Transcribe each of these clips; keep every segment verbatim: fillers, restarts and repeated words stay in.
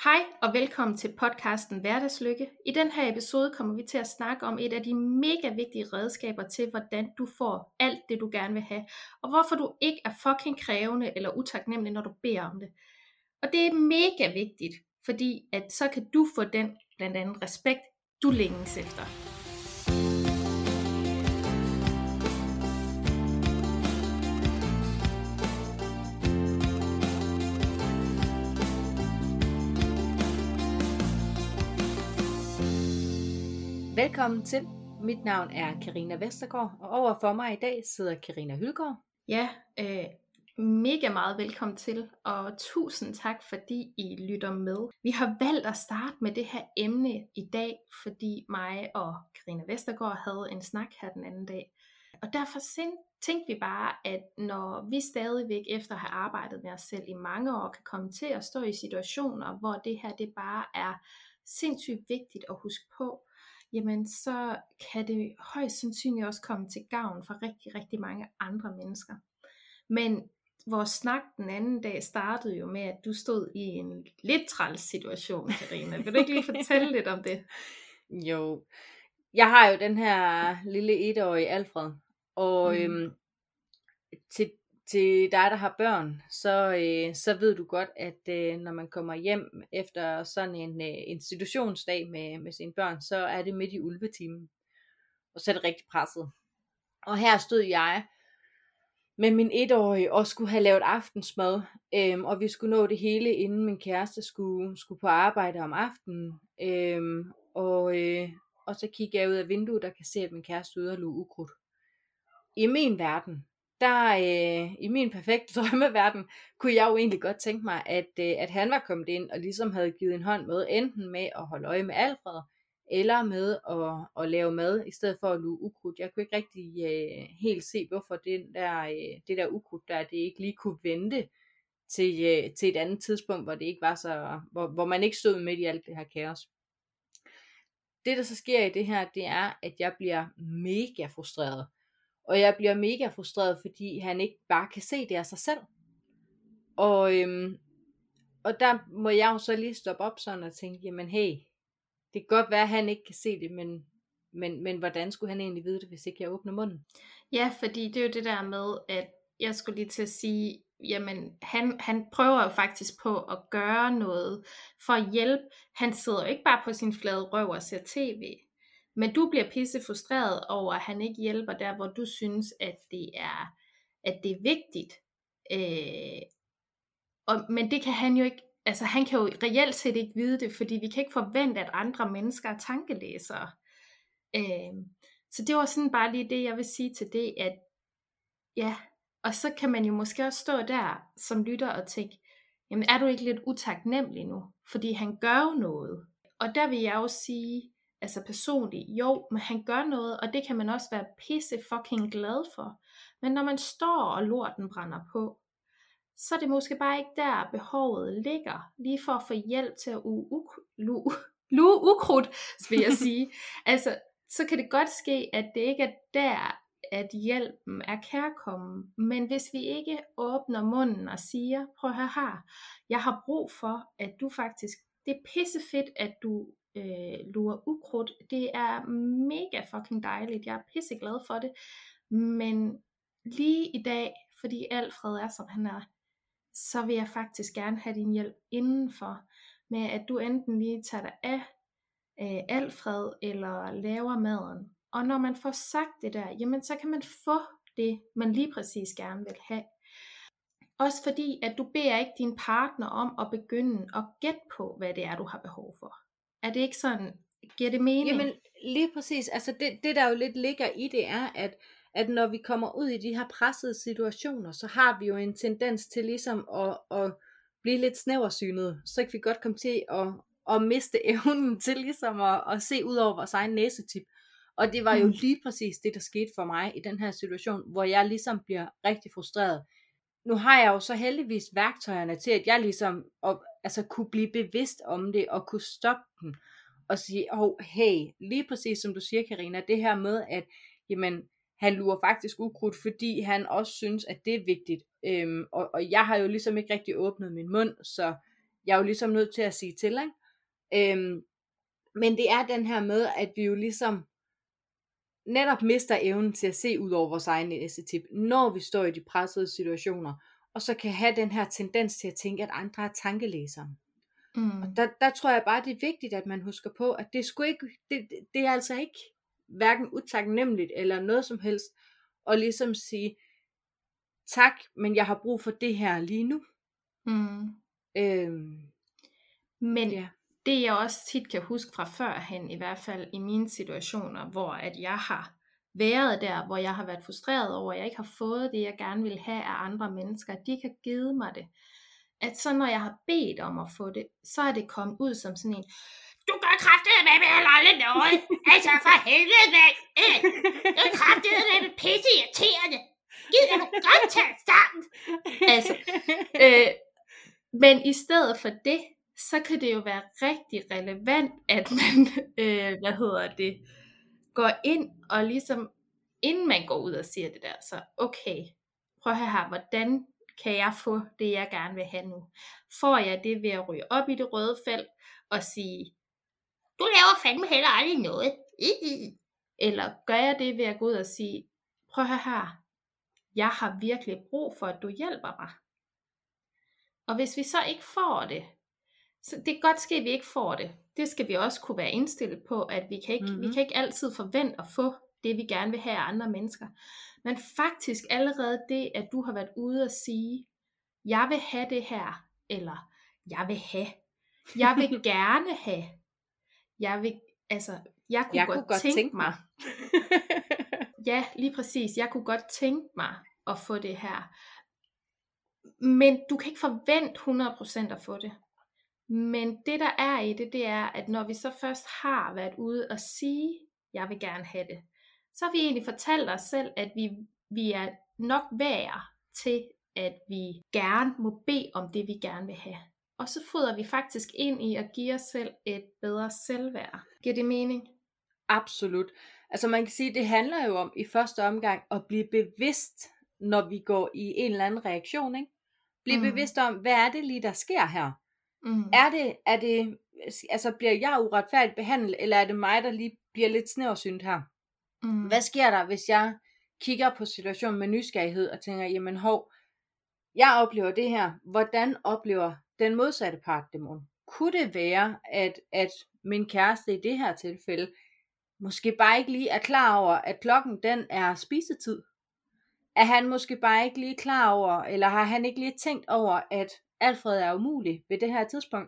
Hej og velkommen til podcasten Hverdagslykke. I den her episode kommer vi til at snakke om et af de mega vigtige redskaber til, hvordan du får alt det, du gerne vil have, og hvorfor du ikke er fucking krævende eller utaknemmelig, når du beder om det. Og det er mega vigtigt, fordi at så kan du få den, blandt andet respekt, du længes efter. Velkommen til. Mit navn er Karina Vestergaard, og over for mig i dag sidder Karina Hylgaard. Ja, øh, mega meget velkommen til, og tusind tak, fordi I lytter med. Vi har valgt at starte med det her emne i dag, fordi mig og Karina Vestergaard havde en snak her den anden dag. Og derfor tænkte vi bare, at når vi stadigvæk efter at have arbejdet med os selv i mange år, kan komme til at stå i situationer, hvor det her det bare er sindssygt vigtigt at huske på, jamen så kan det højst sandsynligt også komme til gavn for rigtig, rigtig mange andre mennesker. Men vores snak den anden dag startede jo med, at du stod i en lidt træls situation, Karina. Vil du ikke lige fortælle lidt om det? Jo, jeg har jo den her lille etårige Alfred, og mm. øhm, til, til dig, der har børn, så, øh, så ved du godt, at øh, når man kommer hjem efter sådan en øh, institutionsdag med, med sine børn, så er det midt i ulvetimen, og så er det rigtig presset. Og her stod jeg med min etårige og skulle have lavet aftensmad, øhm, og vi skulle nå det hele, inden min kæreste skulle, skulle på arbejde om aftenen. Øhm, og, øh, og så kigger jeg ud af vinduet og kan se, at min kæreste er ude og luge ukrudt. I min verden, der øh, i min perfekte drømmeverden, kunne jeg jo egentlig godt tænke mig, at, øh, at han var kommet ind og ligesom havde givet en hånd med, enten med at holde øje med Alfred, eller med at, at lave mad, i stedet for at luge ukrudt. Jeg kunne ikke rigtig øh, helt se, hvorfor den der, øh, det der ukrudt der, det ikke lige kunne vente til, øh, til et andet tidspunkt, hvor det ikke var så, hvor, hvor man ikke stod midt i alt det her kaos. Det der så sker i det her, det er, at jeg bliver mega frustreret. Og jeg bliver mega frustreret, fordi han ikke bare kan se det af sig selv. Og, øhm, og der må jeg jo så lige stoppe op sådan og tænke, jamen hey, det kan godt være, at han ikke kan se det, men, men, men hvordan skulle han egentlig vide det, hvis ikke jeg åbner munden? Ja, fordi det er jo det der med, at jeg skulle lige til at sige, jamen han, han prøver jo faktisk på at gøre noget for at hjælpe. Han sidder jo ikke bare på sin flade røv og ser tv, men du bliver pisse frustreret over, at han ikke hjælper der, hvor du synes, at det er, at det er vigtigt. Øh, og, men det kan han jo ikke. Altså han kan jo reelt set ikke vide det, fordi vi kan ikke forvente, at andre mennesker er tankelæsere. Øh, så det var sådan bare lige det, jeg vil sige til det, at ja, og så kan man jo måske også stå der som lytter og tænke, jamen er du ikke lidt utaknemmelig nu? Fordi han gør jo noget. Og der vil jeg også sige, altså personligt, jo, men han gør noget, og det kan man også være pisse fucking glad for. Men når man står og lorten brænder på, så er det måske bare ikke der behovet ligger, lige for at få hjælp til at luge luge ukrudt, vil jeg sige. Altså, så kan det godt ske, at det ikke er der, at hjælpen er kærkommen. Men hvis vi ikke åbner munden og siger, prøv at høre her, jeg har brug for, at du faktisk, det er pissefedt, at du øh, lurer ukrudt. Det er mega fucking dejligt. Jeg er pisseglad for det. Men lige i dag, fordi Alfred er, som han er, så vil jeg faktisk gerne have din hjælp indenfor, med at du enten lige tager dig af øh, Alfred, eller laver maden. Og når man får sagt det der, jamen så kan man få det, man lige præcis gerne vil have. Også fordi, at du beder ikke din partner om at begynde at gætte på, hvad det er, du har behov for. Er det ikke sådan, giver det mening? Jamen lige præcis, altså det, det der jo lidt ligger i det er, at at når vi kommer ud i de her pressede situationer, så har vi jo en tendens til ligesom at, at blive lidt snæversynet. Så kan vi godt komme til at, at miste evnen til ligesom at, at se ud over vores egen næsetip. Og det var jo lige præcis det, der skete for mig i den her situation, hvor jeg ligesom bliver rigtig frustreret. Nu har jeg jo så heldigvis værktøjerne til, at jeg ligesom at, altså kunne blive bevidst om det, og kunne stoppe den, og sige, oh, hey, lige præcis som du siger, Karina, det her med, at jamen, han lurer faktisk ukrudt, fordi han også synes, at det er vigtigt. Øhm, og, og jeg har jo ligesom ikke rigtig åbnet min mund, så jeg er jo ligesom nødt til at sige til, ikke? Øhm, men det er den her med, at vi jo ligesom netop mister evnen til at se ud over vores egen næsetip, når vi står i de pressede situationer, og så kan have den her tendens til at tænke, at andre er tankelæsere. Mm. Og der, der tror jeg bare, det er vigtigt, at man husker på, at det, sgu ikke, det, det er altså ikke hverken utaknemmeligt eller noget som helst, og ligesom sige, tak, men jeg har brug for det her lige nu. Mm. Øhm, Men ja. det jeg også tit kan huske fra førhen, i hvert fald i mine situationer, hvor at jeg har været der, hvor jeg har været frustreret over, at jeg ikke har fået det, jeg gerne vil have af andre mennesker, de kan give mig det. At så når jeg har bedt om at få det, så er det kommet ud som sådan en, du gør kraftedeme med heller aldrig noget, altså for helvede, mand, øh, du er kraftedeme med pisse irriterende, gider du godt tage sammen, altså, øh, men i stedet for det, så kan det jo være rigtig relevant, at man, øh, hvad hedder det, går ind og ligesom, inden man går ud og siger det der, så okay, prøv at høre her, hvordan kan jeg få det, jeg gerne vil have nu? Får jeg det ved at ryge op i det røde felt og sige, du laver fandme heller aldrig noget. Eller gør jeg det ved at gå ud og sige, prøv at høre her, jeg har virkelig brug for, at du hjælper mig. Og hvis vi så ikke får det, så det kan godt ske, at vi ikke får det. Det skal vi også kunne være indstillet på, at vi kan ikke, mm-hmm. vi kan ikke altid forvente at få det, vi gerne vil have af andre mennesker. Men faktisk allerede det, at du har været ude og sige, jeg vil have det her, eller jeg vil have, jeg vil gerne have, jeg vil, altså, jeg kunne, jeg godt, kunne godt tænke, tænke mig, ja, lige præcis, jeg kunne godt tænke mig at få det her. Men du kan ikke forvente hundrede procent at få det. Men det der er i det, det er, at når vi så først har været ude og sige, jeg vil gerne have det, så har vi egentlig fortalt os selv, at vi, vi er nok værd til, at vi gerne må bede om det, vi gerne vil have. Og så fodrer vi faktisk ind i at give os selv et bedre selvværd. Giver det mening? Absolut. Altså man kan sige, det handler jo om i første omgang at blive bevidst, når vi går i en eller anden reaktion, ikke? Bliv mm. bevidst om, hvad er det lige, der sker her? Mm. Er det, er det, altså bliver jeg uretfærdigt behandlet, eller er det mig, der lige bliver lidt snæversynt her? Mm. Hvad sker der, hvis jeg kigger på situationen med nysgerrighed og tænker, jamen hov, jeg oplever det her, hvordan oplever den modsatte part det mon? Kunne det være, at, at min kæreste i det her tilfælde, måske bare ikke lige er klar over, at klokken den er spisetid? Er han måske bare ikke lige klar over, eller har han ikke lige tænkt over, at Alfred er umulig ved det her tidspunkt?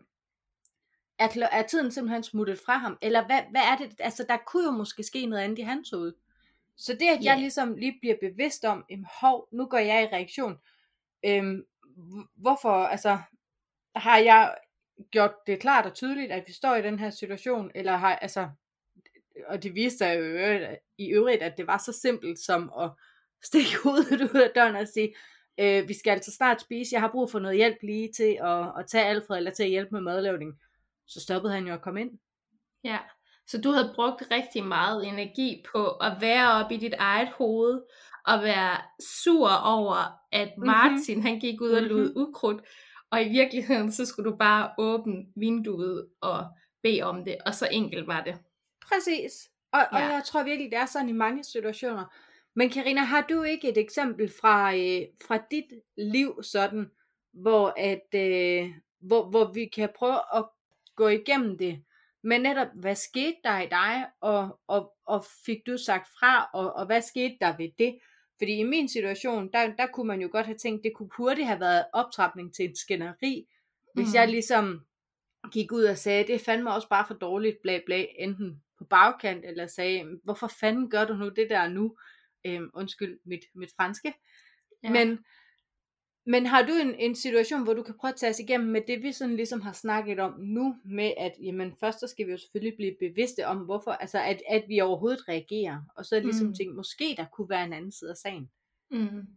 Er, er tiden simpelthen smuttet fra ham? Eller hvad, hvad er det? Altså der kunne jo måske ske noget andet i hans hoved. Så det at jeg yeah. ligesom lige bliver bevidst om, jamen, hov, nu går jeg i reaktion. Øhm, hvorfor, altså, har jeg gjort det klart og tydeligt, at vi står i den her situation, eller har, altså, og det viste sig jo i øvrigt, at det var så simpelt som at stikke hovedet ud af døren og sige, øh, vi skal altså snart spise, jeg har brug for noget hjælp lige til at, at tage Alfred, eller til at hjælpe med madlavning. Så stoppede han jo at komme ind. Ja, så du havde brugt rigtig meget energi på at være oppe i dit eget hoved, og være sur over, at Martin, mm-hmm. han gik ud og lod mm-hmm. ukrudt, og i virkeligheden, så skulle du bare åbne vinduet og bede om det, og så enkelt var det. Præcis, og, ja. og jeg tror virkelig, det er sådan i mange situationer. Men Karina, har du ikke et eksempel fra, øh, fra dit liv sådan, hvor, at, øh, hvor, hvor vi kan prøve at gå igennem det, men netop, hvad skete der i dig, og, og, og fik du sagt fra, og, og hvad skete der ved det? Fordi i min situation, der, der kunne man jo godt have tænkt, det kunne hurtigt have været optrapning til et skænderi, hvis mm. jeg ligesom gik ud og sagde, det fandme også bare for dårligt, bla bla, enten på bagkant, eller sagde, hvorfor fanden gør du nu det der nu? Øhm, undskyld mit, mit franske. Ja. Men, men har du en, en situation, hvor du kan prøve at tage os igennem med det, vi sådan ligesom har snakket om nu, med at, jamen først så skal vi jo selvfølgelig blive bevidste om, hvorfor, altså at, at vi overhovedet reagerer, og så ligesom mm. tænke, måske der kunne være en anden side af sagen. Mm.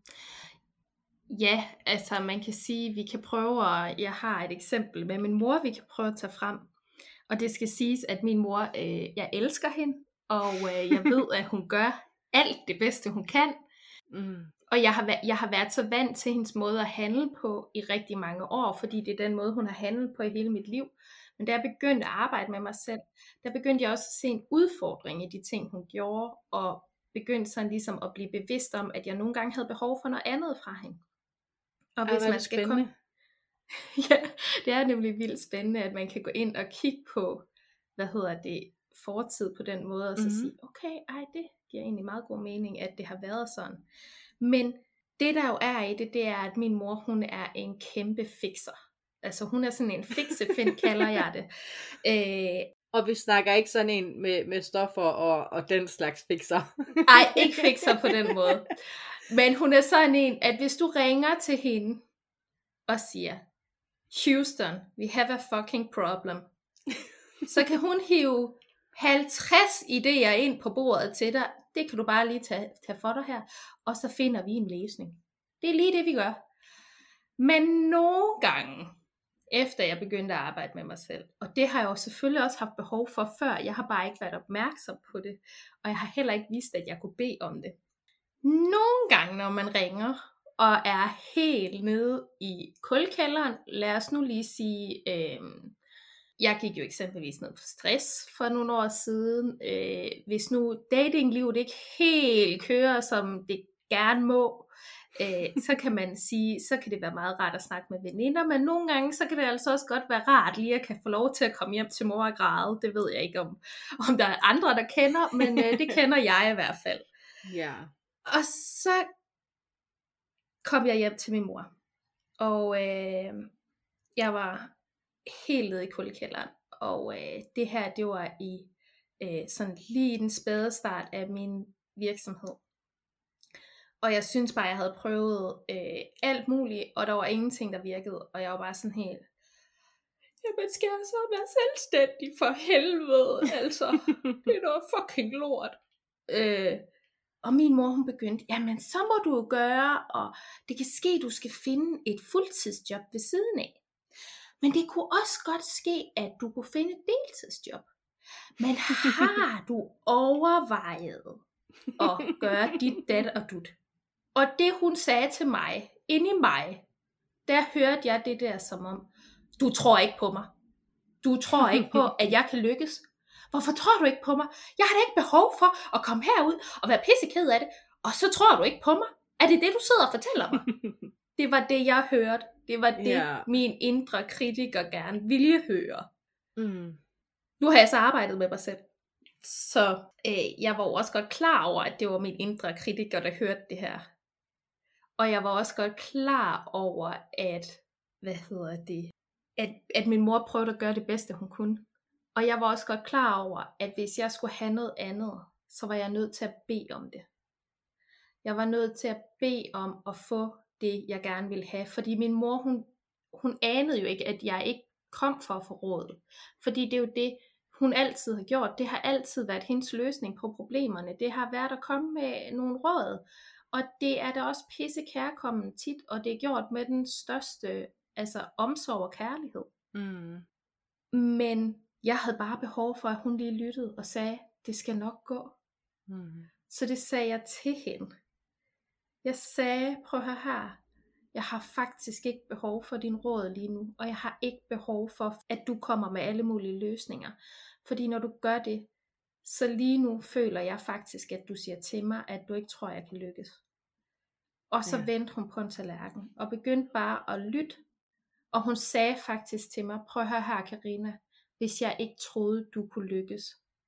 Ja, altså man kan sige, vi kan prøve at, jeg har et eksempel med min mor, vi kan prøve at tage frem, og det skal siges, at min mor, øh, jeg elsker hende, og øh, jeg ved, at hun gør alt det bedste hun kan, mm. Og jeg har, væ- jeg har været så vant til hendes måde at handle på i rigtig mange år, fordi det er den måde, hun har handlet på i hele mit liv. Men da jeg begyndte at arbejde med mig selv, der begyndte jeg også at se en udfordring i de ting, hun gjorde, og begyndte sådan ligesom at blive bevidst om, at jeg nogle gange havde behov for noget andet fra hende. Og Ej, hvis hvor er man det skal spændende. komme... Ja, det er nemlig vildt spændende, at man kan gå ind og kigge på, hvad hedder det, fortid på den måde, og så Mhm. sige, okay, ej, det giver egentlig meget god mening, at det har været sådan. Men det der jo er i det, det er, at min mor, hun er en kæmpe fikser. Altså hun er sådan en fiksefind, kalder jeg det. Øh, Og vi snakker ikke sådan en med, med stoffer og, og den slags fikser. ej, ikke fikser på den måde. Men hun er sådan en, at hvis du ringer til hende og siger, Houston, we have a fucking problem, så kan hun hive halvtreds idéer ind på bordet til dig. Det kan du bare lige tage, tage for dig her, og så finder vi en løsning. Det er lige det, vi gør. Men nogle gange, efter jeg begyndte at arbejde med mig selv, og det har jeg jo selvfølgelig også haft behov for før, jeg har bare ikke været opmærksom på det, og jeg har heller ikke vidst, at jeg kunne bede om det. Nogle gange, når man ringer, og er helt nede i kulkælderen, lad os nu lige sige, øh, jeg gik jo eksempelvis ned på stress for nogle år siden. Øh, hvis nu datinglivet ikke helt kører, som det gerne må, øh, så kan man sige, så kan det være meget rart at snakke med veninder, men nogle gange, så kan det altså også godt være rart lige at kan få lov til at komme hjem til mor og græde. Det ved jeg ikke, om, om der er andre, der kender, men øh, det kender jeg i hvert fald. Ja. Og så kom jeg hjem til min mor, og øh, jeg var helt nede i kuldekælderen, og øh, det her, det var i øh, sådan lige i den spæde start af min virksomhed. Og jeg synes bare, jeg havde prøvet øh, alt muligt, og der var ingenting, der virkede, og jeg var bare sådan helt, jamen skal jeg så være selvstændig for helvede, altså, det er noget fucking lort. Øh, og min mor, hun begyndte, jamen så må du jo gøre, og det kan ske, du skal finde et fuldtidsjob ved siden af. Men det kunne også godt ske, at du kunne finde et deltidsjob. Men har du overvejet at gøre dit, dat og dut? Og det hun sagde til mig, inde i mig, der hørte jeg det der som om, du tror ikke på mig. Du tror ikke på, at jeg kan lykkes. Hvorfor tror du ikke på mig? Jeg har da ikke behov for at komme herud og være pisseked af det, og så tror du ikke på mig. Er det det, du sidder og fortæller mig? Det var det, jeg hørte. Det var det, Ja. min indre kritiker gerne ville høre. Mm. Nu har jeg så arbejdet med mig selv. Så øh, jeg var også godt klar over, at det var min indre kritiker, der hørte det her. Og jeg var også godt klar over, at, hvad hedder det, at, at min mor prøvede at gøre det bedste, hun kunne. Og jeg var også godt klar over, at hvis jeg skulle have noget andet, så var jeg nødt til at bede om det. Jeg var nødt til at bede om at få det, jeg gerne ville have. Fordi min mor, hun, hun anede jo ikke, at jeg ikke kom for at få råd. Fordi det er jo det, hun altid har gjort. Det har altid været hendes løsning på problemerne. Det har været at komme med nogle råd. Og det er da også pisse kærkommen tit, og det er gjort med den største altså, omsorg og kærlighed. Mm. Men jeg havde bare behov for, at hun lige lyttede og sagde, det skal nok gå. Mm. Så det sagde jeg til hende. Jeg sagde, prøv at høre her, jeg har faktisk ikke behov for din råd lige nu, og jeg har ikke behov for, at du kommer med alle mulige løsninger. Fordi når du gør det, så lige nu føler jeg faktisk, at du siger til mig, at du ikke tror, jeg kan lykkes. Og så Ja. vendte hun på en tallerken, og begyndte bare at lytte. Og hun sagde faktisk til mig, prøv at høre her, Karina, hvis jeg ikke troede, du kunne lykkes,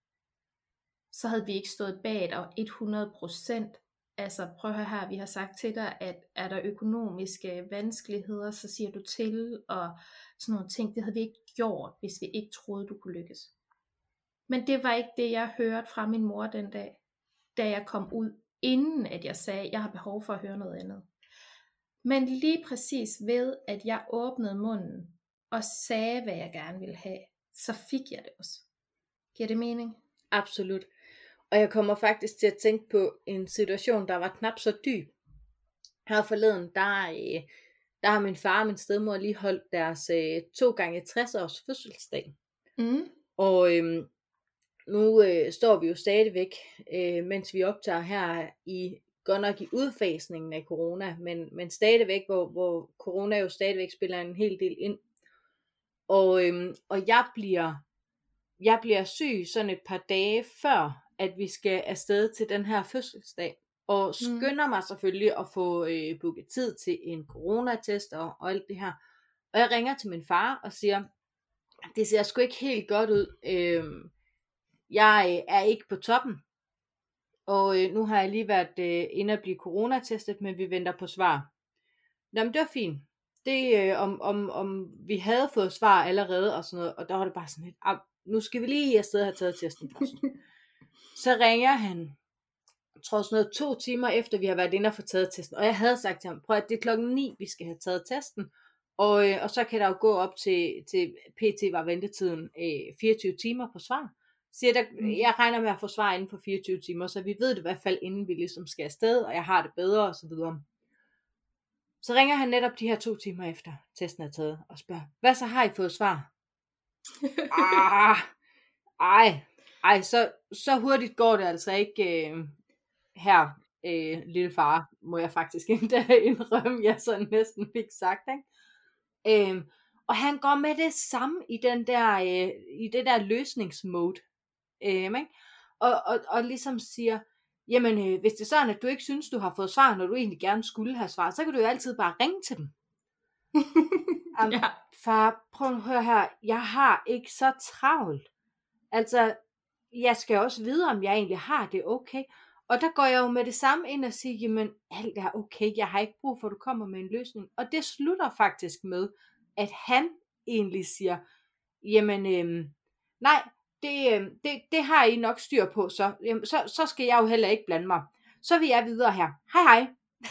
så havde vi ikke stået bag dig hundrede procent. Altså prøv at høre her, vi har sagt til dig, at er der økonomiske vanskeligheder, så siger du til, og sådan nogle ting, det havde vi ikke gjort, hvis vi ikke troede, du kunne lykkes. Men det var ikke det, jeg hørte fra min mor den dag, da jeg kom ud, inden at jeg sagde, at jeg har behov for at høre noget andet. Men lige præcis ved, at jeg åbnede munden, og sagde, hvad jeg gerne ville have, så fik jeg det også. Giver det mening? Absolut. Og jeg kommer faktisk til at tænke på en situation, der var knap så dyb. Her forleden, der, øh, der har min far og min stedmor lige holdt deres øh, to gange tres års fødselsdag. Mm. Og øh, nu øh, står vi jo stadigvæk, øh, mens vi optager her i godt nok i udfasningen af corona, men, men stadigvæk, hvor, hvor corona jo stadigvæk spiller en hel del ind. Og, øhm, og jeg bliver jeg bliver syg sådan et par dage før, at vi skal afsted til den her fødselsdag. Og skynder mig selvfølgelig at få øh, booket tid til en coronatest og, og alt det her. Og jeg ringer til min far og siger, det ser sgu ikke helt godt ud. Øh, jeg øh, er ikke på toppen. Og øh, nu har jeg lige været øh, inde at blive coronatestet, men vi venter på svar. Jamen det var fint. Det øh, om, om, om vi havde fået svar allerede og sådan noget. Og der var det bare sådan lidt, ah, nu skal vi lige afsted have taget testen først. Så ringer han, jeg tror sådan noget to timer efter vi har været inde og få taget testen. Og jeg havde sagt til ham, prøv at det er klokken ni, vi skal have taget testen. Og, øh, og så kan der jo gå op til, til P T var ventetiden øh, fireogtyve timer på svar. Så der, jeg regner med at få svar inden for fireogtyve timer, så vi ved det i hvert fald inden vi ligesom skal afsted, og jeg har det bedre og så videre. Så ringer han netop de her to timer efter testen er taget og spørger, hvad så har I fået svar? ah, ej, ej, så, så hurtigt går det altså ikke øh, her, øh, lille far, må jeg faktisk endda indrømme, jeg så næsten fik sagt, ikke? Øh, og han går med det samme i den der, øh, i det der løsningsmode, øh, ikke? Og, og, og ligesom siger, jamen øh, hvis det er sådan, at du ikke synes, du har fået svar, når du egentlig gerne skulle have svar, så kan du jo altid bare ringe til dem. um, ja. Far, prøv at høre her, jeg har ikke så travlt. Altså, jeg skal også vide, om jeg egentlig har det okay. Og der går jeg jo med det samme ind og siger, jamen alt er okay, jeg har ikke brug for, at du kommer med en løsning. Og det slutter faktisk med, at han egentlig siger, jamen øh, nej, det, øh, det, det har I nok styr på, så, jamen, så, så skal jeg jo heller ikke blande mig. Så vil jeg videre her. Hej hej.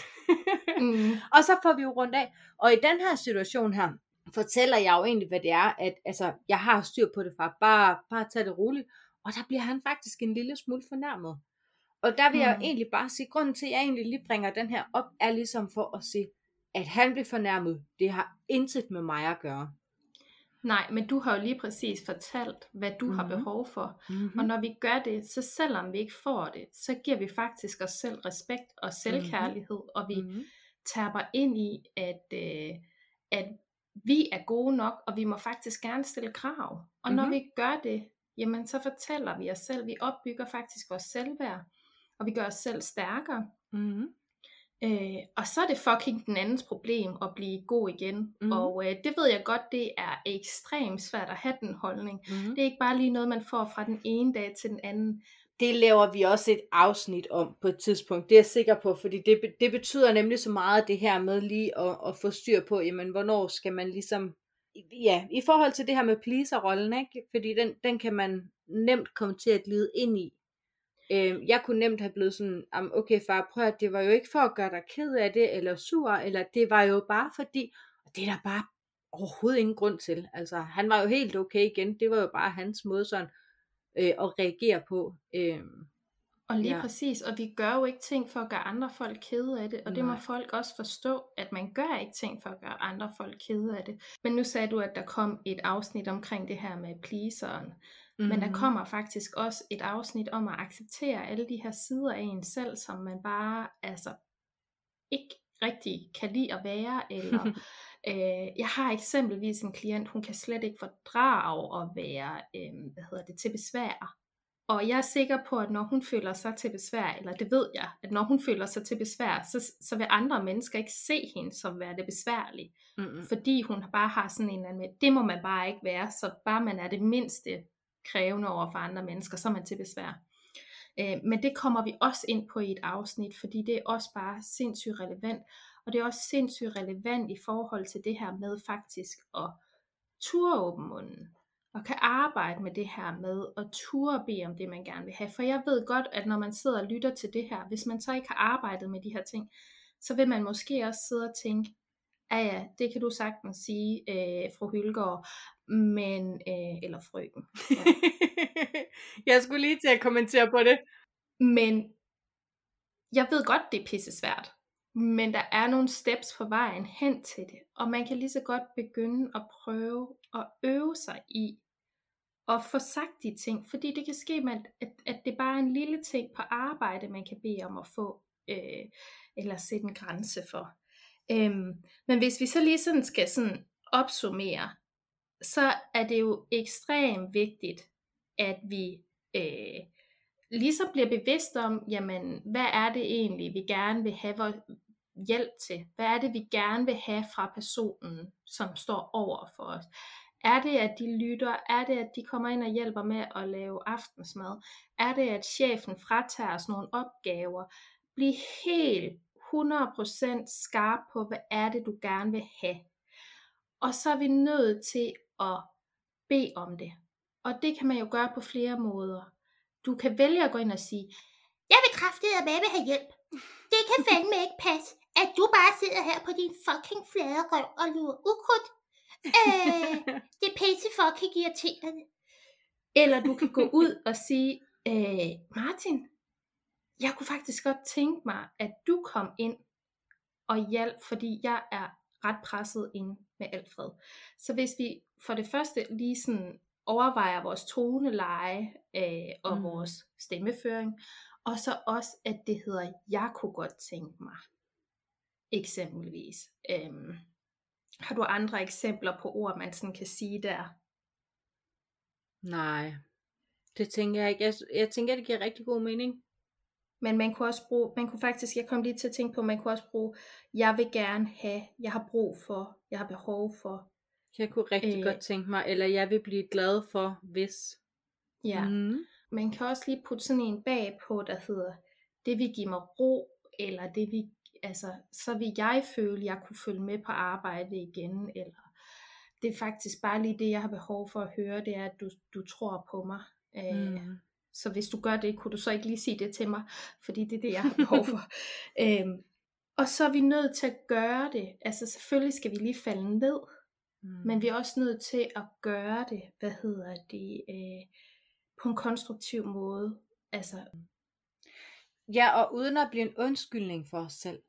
mm. Og så får vi jo rundt af. Og i den her situation her, fortæller jeg jo egentlig, hvad det er, at altså, jeg har styr på det, far. Bare, bare tag det roligt. Og der bliver han faktisk en lille smule fornærmet. Og der vil mm. jeg jo egentlig bare sige, grunden til, at jeg egentlig lige bringer den her op, er ligesom for at sige, at han bliver fornærmet. Det har intet med mig at gøre. Nej, men du har jo lige præcis fortalt, hvad du mm-hmm. har behov for. Mm-hmm. Og når vi gør det, så selvom vi ikke får det, så giver vi faktisk os selv respekt og selvkærlighed. Mm-hmm. Og vi mm-hmm. tapper ind i, at, øh, at vi er gode nok, og vi må faktisk gerne stille krav. Og mm-hmm. når vi gør det, jamen så fortæller vi os selv, vi opbygger faktisk vores selvværd, og vi gør os selv stærkere. Mm-hmm. Øh, og så er det fucking den andens problem at blive god igen. Mm. Og øh, det ved jeg godt, det er ekstremt svært at have den holdning. Mm. Det er ikke bare lige noget, man får fra den ene dag til den anden. Det laver vi også et afsnit om på et tidspunkt. Det er jeg sikker på, fordi det, det betyder nemlig så meget det her med lige at, at få styr på, jamen hvornår skal man ligesom, ja, i forhold til det her med pleaser-rollen, ikke? Fordi den, den kan man nemt komme til at glide ind i. Jeg kunne nemt have blevet sådan, okay far, prøv at det var jo ikke for at gøre dig ked af det, eller sur, eller det var jo bare fordi, og det er der bare overhovedet ingen grund til. Altså, han var jo helt okay igen, det var jo bare hans måde sådan øh, at reagere på. Øh, og lige ja. Præcis, og vi gør jo ikke ting for at gøre andre folk kede af det, og det Nej. Må folk også forstå, at man gør ikke ting for at gøre andre folk kede af det. Men nu sagde du, at der kom et afsnit omkring det her med pleaseren. Mm-hmm. Men der kommer faktisk også et afsnit om at acceptere alle de her sider af en selv, som man bare altså ikke rigtig kan lide at være. Eller, øh, jeg har eksempelvis en klient, hun kan slet ikke fordrage at være øh, hvad hedder det, til besvær. Og jeg er sikker på, at når hun føler sig til besvær, eller det ved jeg, at når hun føler sig til besvær, så, så vil andre mennesker ikke se hende som være det besværlige. Mm-hmm. Fordi hun bare har sådan en eller anden med, det må man bare ikke være, så bare man er det mindste krævende over for andre mennesker, så er man til besvær. Øh, men det kommer vi også ind på i et afsnit, fordi det er også bare sindssygt relevant, og det er også sindssygt relevant i forhold til det her med faktisk at ture åbne munden, og kan arbejde med det her med at ture bede om det, man gerne vil have. For jeg ved godt, at når man sidder og lytter til det her, hvis man så ikke har arbejdet med de her ting, så vil man måske også sidde og tænke, ja ja, det kan du sagtens sige, øh, fru Hylgaard, men, øh, eller frøken. Ja. Jeg skulle lige til at kommentere på det. Men jeg ved godt, det er pissesvært. Men der er nogle steps på vejen hen til det. Og man kan lige så godt begynde at prøve at øve sig i at få sagt de ting. Fordi det kan ske, at, at det bare er en lille ting på arbejde, man kan bede om at få øh, eller sætte en grænse for. Øhm, men hvis vi så lige sådan skal sådan opsummere, så er det jo ekstremt vigtigt, at vi øh, ligesom bliver bevidst om, jamen, hvad er det egentlig, vi gerne vil have vores hjælp til? Hvad er det, vi gerne vil have fra personen, som står over for os? Er det, at de lytter? Er det, at de kommer ind og hjælper med at lave aftensmad? Er det, at chefen fratager os nogle opgaver? Bliv helt hundrede procent skarp på, hvad er det, du gerne vil have. Og så er vi nødt til at bede om det. Og det kan man jo gøre på flere måder. Du kan vælge at gå ind og sige, jeg vil kraftedeme have hjælp. Det kan fandme ikke passe, at du bare sidder her på din fucking flade røv og lurer ukrudt. Øh, det er pisse fucking irriterende. Eller du kan gå ud og sige, øh, Martin, jeg kunne faktisk godt tænke mig, at du kom ind og hjalp, fordi jeg er ret presset ind med Alfred. Så hvis vi for det første lige sådan overvejer vores toneleje øh, og mm. vores stemmeføring, og så også, at det hedder, jeg kunne godt tænke mig, eksempelvis. Øhm, har du andre eksempler på ord, man sådan kan sige der? Nej, det tænker jeg ikke. Jeg, jeg tænker, det giver rigtig god mening. Men man kunne også bruge, man kunne faktisk, jeg kom lige til at tænke på, man kunne også bruge, jeg vil gerne have, jeg har brug for, jeg har behov for. Jeg kunne rigtig øh, godt tænke mig, eller jeg vil blive glad for, hvis. Ja, mm. Man kan også lige putte sådan en bag på, der hedder, det vil give mig ro, eller det vil, altså, så vil jeg føle, jeg kunne følge med på arbejde igen, eller det er faktisk bare lige det, jeg har behov for at høre, det er, at du, du tror på mig. Mm. Øh, Så hvis du gør det, kunne du så ikke lige sige det til mig, fordi det er det, jeg har behov for. øhm, og så er vi nødt til at gøre det. Altså selvfølgelig skal vi lige falde ned, mm. men vi er også nødt til at gøre det, hvad hedder det, øh, på en konstruktiv måde. Altså. Ja, og uden at blive en undskyldning for os selv.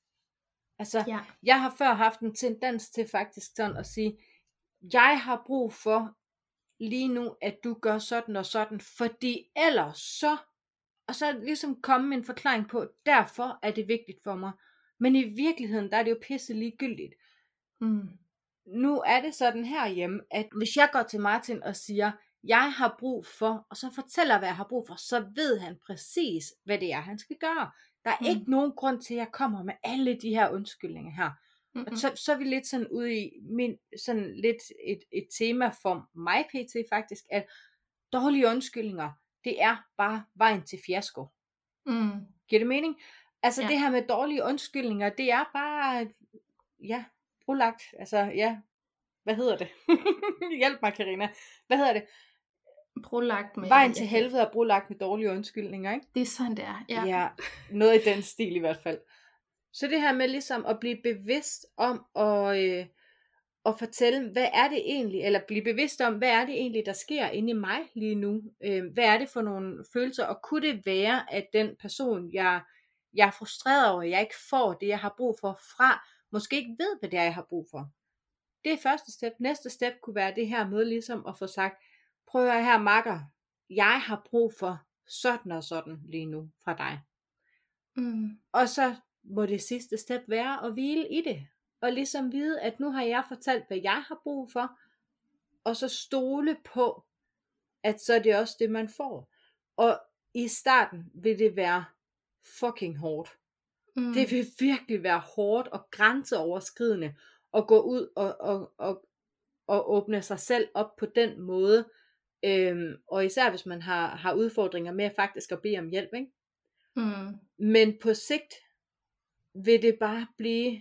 Altså, ja. jeg har før haft en tendens til faktisk sådan at sige, jeg har brug for lige nu, at du gør sådan og sådan, fordi ellers så, og så ligesom komme med en forklaring på, derfor er det vigtigt for mig. Men i virkeligheden, der er det jo pisse ligegyldigt. Mm. Nu er det sådan herhjemme, at hvis jeg går til Martin og siger, jeg har brug for, og så fortæller, hvad jeg har brug for, så ved han præcis, hvad det er, han skal gøre. Der er mm. ikke nogen grund til, at jeg kommer med alle de her undskyldninger her. Mm-hmm. Og så, så er vi lidt sådan ude i min, sådan lidt et, et tema for mig pt. Faktisk, at dårlige undskyldninger, det er bare vejen til fiasko. Mm. Giver det mening? Altså ja. Det her med dårlige undskyldninger, det er bare, ja, brolagt, altså ja, hvad hedder det? Hjælp mig, Karina. Hvad hedder det? Brolagt med... Vejen til helvede er brolagt med dårlige undskyldninger, ikke? Det er sådan, det er, ja. Ja, noget i den stil i hvert fald. Så det her med ligesom at blive bevidst om at, øh, at fortælle, hvad er det egentlig, eller blive bevidst om, hvad er det egentlig, der sker inde i mig lige nu? Øh, hvad er det for nogle følelser, og kunne det være, at den person, jeg, jeg er frustreret over, jeg ikke får det, jeg har brug for fra, måske ikke ved, hvad det er, jeg har brug for? Det er første step. Næste step kunne være det her med ligesom at få sagt, prøv at her makker, jeg har brug for sådan og sådan lige nu fra dig. Mm. Og så må det sidste step være at hvile i det. Og ligesom vide, at nu har jeg fortalt, hvad jeg har brug for. Og så stole på, at så er det også det, man får. Og i starten vil det være fucking hårdt. Mm. Det vil virkelig være hårdt og grænseoverskridende at gå ud og, og, og, og åbne sig selv op på den måde. Øhm, og især hvis man har, har udfordringer med faktisk at bede om hjælp, ikke? Mm. Men på sigt vil det bare blive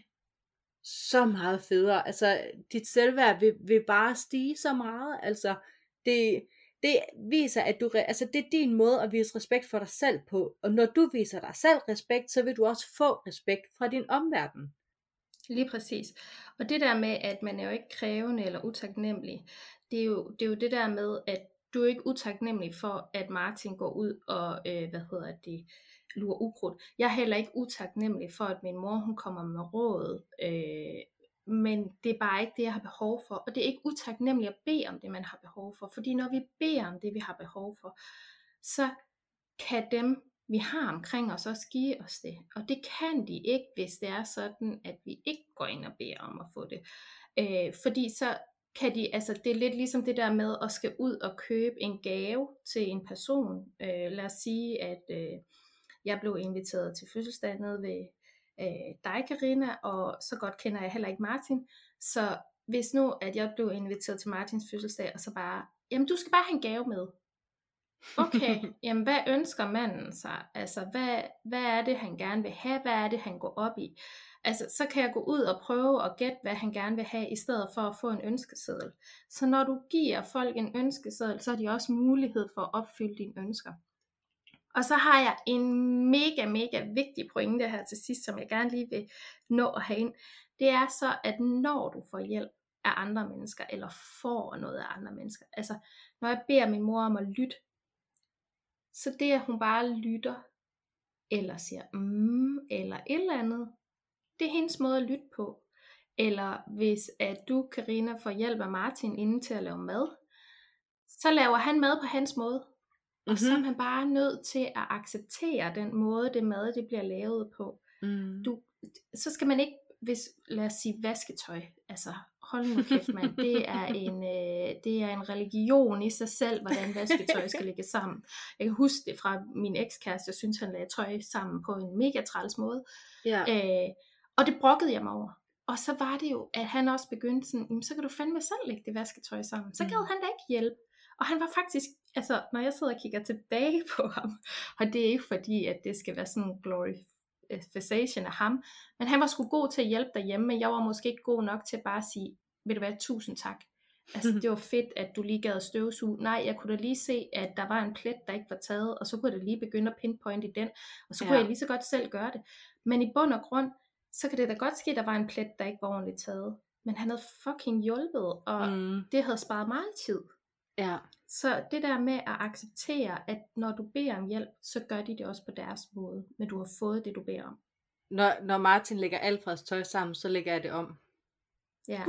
så meget federe. Altså dit selvværd vil, vil bare stige så meget. Altså det, det viser at du, altså det er din måde at vise respekt for dig selv på. Og når du viser dig selv respekt, så vil du også få respekt fra din omverden. Lige præcis. Og det der med at man er jo ikke krævende eller utaknemmelig, det er jo det, er jo det der med at du er ikke utaknemmelig for at Martin går ud og øh, hvad hedder det lurer ukrudt. Jeg er heller ikke utaknemmelig for, at min mor, hun kommer med råd, øh, men det er bare ikke det, jeg har behov for. Og det er ikke utaknemmeligt at bede om det, man har behov for. Fordi når vi beder om det, vi har behov for, så kan dem, vi har omkring os også give os det. Og det kan de ikke, hvis det er sådan, at vi ikke går ind og beder om at få det. Øh, fordi så kan de, altså det er lidt ligesom det der med at skal ud og købe en gave til en person. Øh, lad os sige, at øh, jeg blev inviteret til fødselsdag nede ved øh, dig, Karina, og så godt kender jeg heller ikke Martin. Så hvis nu, at jeg blev inviteret til Martins fødselsdag, og så bare, jamen du skal bare have en gave med. Okay, jamen hvad ønsker manden sig? Altså hvad, hvad er det han gerne vil have? Hvad er det han går op i? Altså så kan jeg gå ud og prøve at gætte hvad han gerne vil have, i stedet for at få en ønskeseddel. Så når du giver folk en ønskeseddel, så har de også mulighed for at opfylde dine ønsker. Og så har jeg en mega mega vigtig pointe her til sidst, som jeg gerne lige vil nå at have ind. Det er så, at når du får hjælp af andre mennesker, eller får noget af andre mennesker, altså når jeg beder min mor om at lytte, så det at hun bare lytter, eller siger mm, eller et eller andet, det er hendes måde at lytte på. Eller hvis at du, Karina, får hjælp af Martin inden til at lave mad, så laver han mad på hans måde. Mm-hmm. Og så er man bare nødt til at acceptere den måde, det mad det bliver lavet på. Mm. Du, så skal man ikke, hvis, lad os sige vasketøj, altså hold nu kæft mand, det er en, øh, det er en religion i sig selv, hvordan vasketøj skal ligge sammen. Jeg kan huske det fra min ekskæreste, jeg synes han lagde tøj sammen på en mega træls måde. Ja. Øh, og det brokkede jeg mig over. Og så var det jo, at han også begyndte sådan, så kan du fandme selv lægge det vasketøj sammen. Så gad mm. han da ikke hjælp. Og han var faktisk, altså når jeg sidder og kigger tilbage på ham, og det er ikke fordi, at det skal være sådan en glorification af ham, men han var sgu god til at hjælpe derhjemme, men jeg var måske ikke god nok til bare at sige, vil du være tusind tak. Altså det var fedt, at du lige gad støvsuge. Nej, jeg kunne da lige se, at der var en plet, der ikke var taget, og så kunne jeg da lige begynde at pinpointe i den, og så kunne ja. jeg lige så godt selv gøre det. Men i bund og grund, så kan det da godt ske, at der var en plet, der ikke var ordentligt taget. Men han havde fucking hjulpet, og mm. det havde sparet meget tid. Ja. Så det der med at acceptere, at når du beder om hjælp, så gør de det også på deres måde, men du har fået det, du beder om. Når, når Martin lægger Alfreds tøj sammen, så lægger jeg det om. Ja.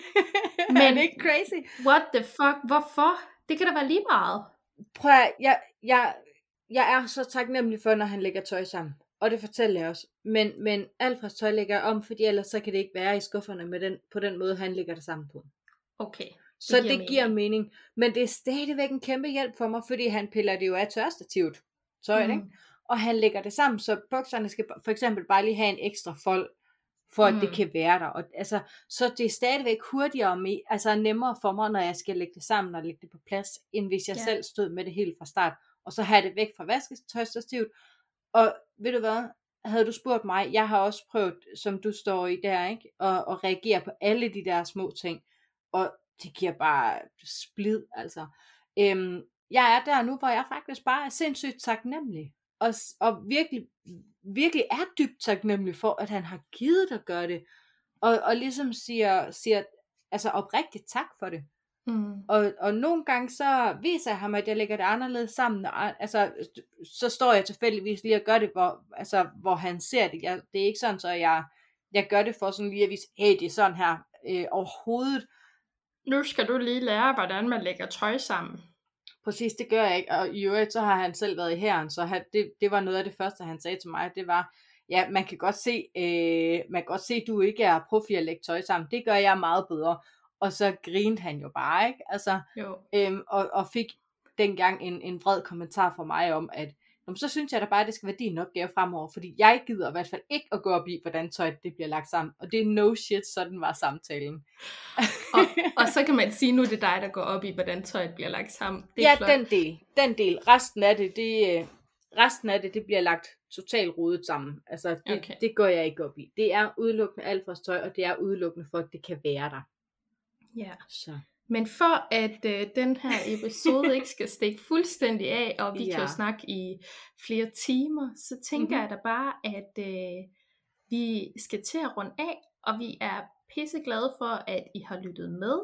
Men er det ikke crazy? What the fuck? Hvorfor? Det kan da være lige meget. Prøv at, jeg, jeg, jeg er så taknemmelig for, når han lægger tøj sammen. Og det fortæller jeg også. Men, men Alfreds tøj lægger jeg om, fordi ellers så kan det ikke være i skufferne med den, på den måde, han lægger det sammen på. Okay. Det så giver det mening. giver mening. Men det er stadigvæk en kæmpe hjælp for mig, fordi han piller det jo af tørstativt tøj, mm. ikke? Og han lægger det sammen, så bukserne skal for eksempel bare lige have en ekstra fold, for at mm. det kan være der. Og, altså, så det er stadigvæk hurtigere, med, altså nemmere for mig, når jeg skal lægge det sammen og lægge det på plads, end hvis jeg ja. selv stod med det helt fra start. Og så have det væk fra vasketøjstativet. Og ved du hvad, havde du spurgt mig, jeg har også prøvet, som du står i der, ikke? At, at reagere på alle de der små ting. Og det giver bare splid, altså. Øhm, jeg er der nu, hvor jeg faktisk bare er sindssygt taknemmelig. Og, og virkelig, virkelig er dybt taknemmelig for, at han har givet at gøre det. Og, og ligesom siger, siger altså oprigtigt tak for det. Mm. Og, og nogle gange så viser jeg ham, at jeg lægger det anderledes sammen. Og, altså, så står jeg tilfældigvis lige og gør det, hvor, altså, hvor han ser det. Jeg, det er ikke sådan, så jeg, jeg gør det for sådan lige at vise, hey, det er sådan her øh, overhovedet. Nu skal du lige lære, hvordan man lægger tøj sammen. Præcis, det gør jeg ikke. Og i øvrigt, så har han selv været i hæren, så han, det, det var noget af det første, han sagde til mig. Det var, ja, man kan godt se, øh, man kan godt se, at du ikke er profi at lægge tøj sammen. Det gør jeg meget bedre. Og så grinede han jo bare, ikke? Altså, øhm, og, og fik dengang en, en vred kommentar fra mig om, at så synes jeg da bare, at det skal være din opgave fremover, fordi jeg gider i hvert fald ikke at gå op i, hvordan tøjet det bliver lagt sammen. Og det er no shit, sådan var samtalen. og, og så kan man sige, nu det er dig, der går op i, hvordan tøjet bliver lagt sammen. Det er ja, flot. den del. Den del. Resten af det, det, resten af det, det bliver lagt totalt rodet sammen. Altså, det, okay. det går jeg ikke op i. Det er udelukkende Alfreds tøj, og det er udelukkende for, at det kan være der. Ja. Så. Men for at øh, den her episode ikke skal stikke fuldstændig af, og vi ja. kan jo snakke i flere timer, så tænker mm-hmm. jeg da bare, at øh, vi skal til at runde af, og vi er pisseglade for, at I har lyttet med.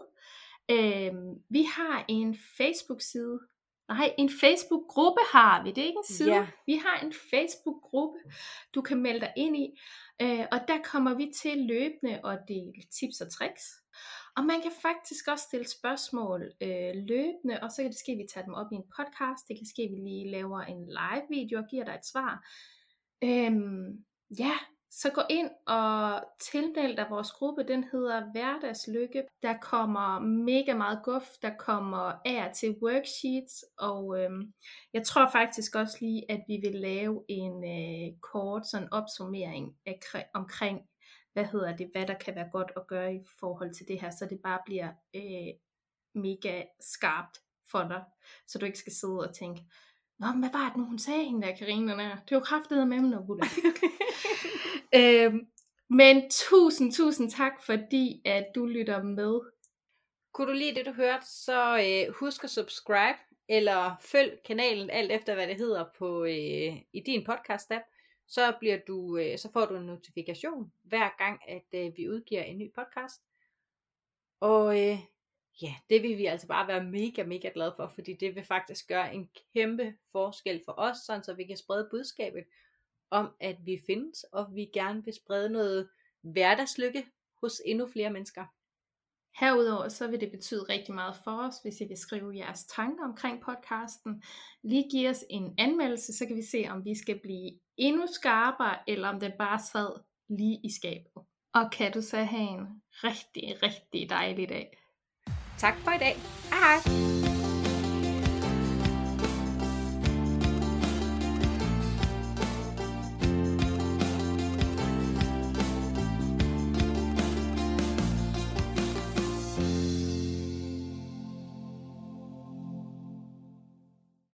Øh, vi har en Facebook-side. Nej, en Facebook-gruppe har vi. Det er ikke en side. Yeah. Vi har en Facebook-gruppe, du kan melde dig ind i. Øh, og der kommer vi til løbende at dele tips og tricks. Og man kan faktisk også stille spørgsmål øh, løbende, og så kan det ske, at vi tager dem op i en podcast. Det kan ske, at vi lige laver en live video og giver dig et svar. Øhm, ja, så gå ind og tilmeld dig vores gruppe. Den hedder Hverdagslykke. Der kommer mega meget guf. Der kommer af og til worksheets. Og øhm, jeg tror faktisk også lige, at vi vil lave en øh, kort sådan opsummering af, omkring, hvad hedder det, hvad der kan være godt at gøre i forhold til det her, så det bare bliver øh, mega skarpt for dig, så du ikke skal sidde og tænke, nå, men hvad var det nu, hun sagde, hende der Karina der? Det var kraftedeme med mig, Buddha. øhm, men tusind, tusind tak, fordi at du lytter med. Kunne du lide det, du hørte, så øh, husk at subscribe, eller følg kanalen, alt efter hvad det hedder, på, øh, i din podcast-app. Så, bliver du, øh, så får du en notifikation, hver gang, at øh, vi udgiver en ny podcast. Og øh, ja, det vil vi altså bare være mega, mega glade for, fordi det vil faktisk gøre en kæmpe forskel for os, sådan så vi kan sprede budskabet om, at vi findes, og vi gerne vil sprede noget hverdagslykke hos endnu flere mennesker. Herudover så vil det betyde rigtig meget for os, hvis I vil skrive jeres tanker omkring podcasten. Lige give os en anmeldelse, så kan vi se, om vi skal blive endnu skarpere, eller om den bare sad lige i skabet. Og kan du så have en rigtig, rigtig dejlig dag. Tak for i dag. Hej hej.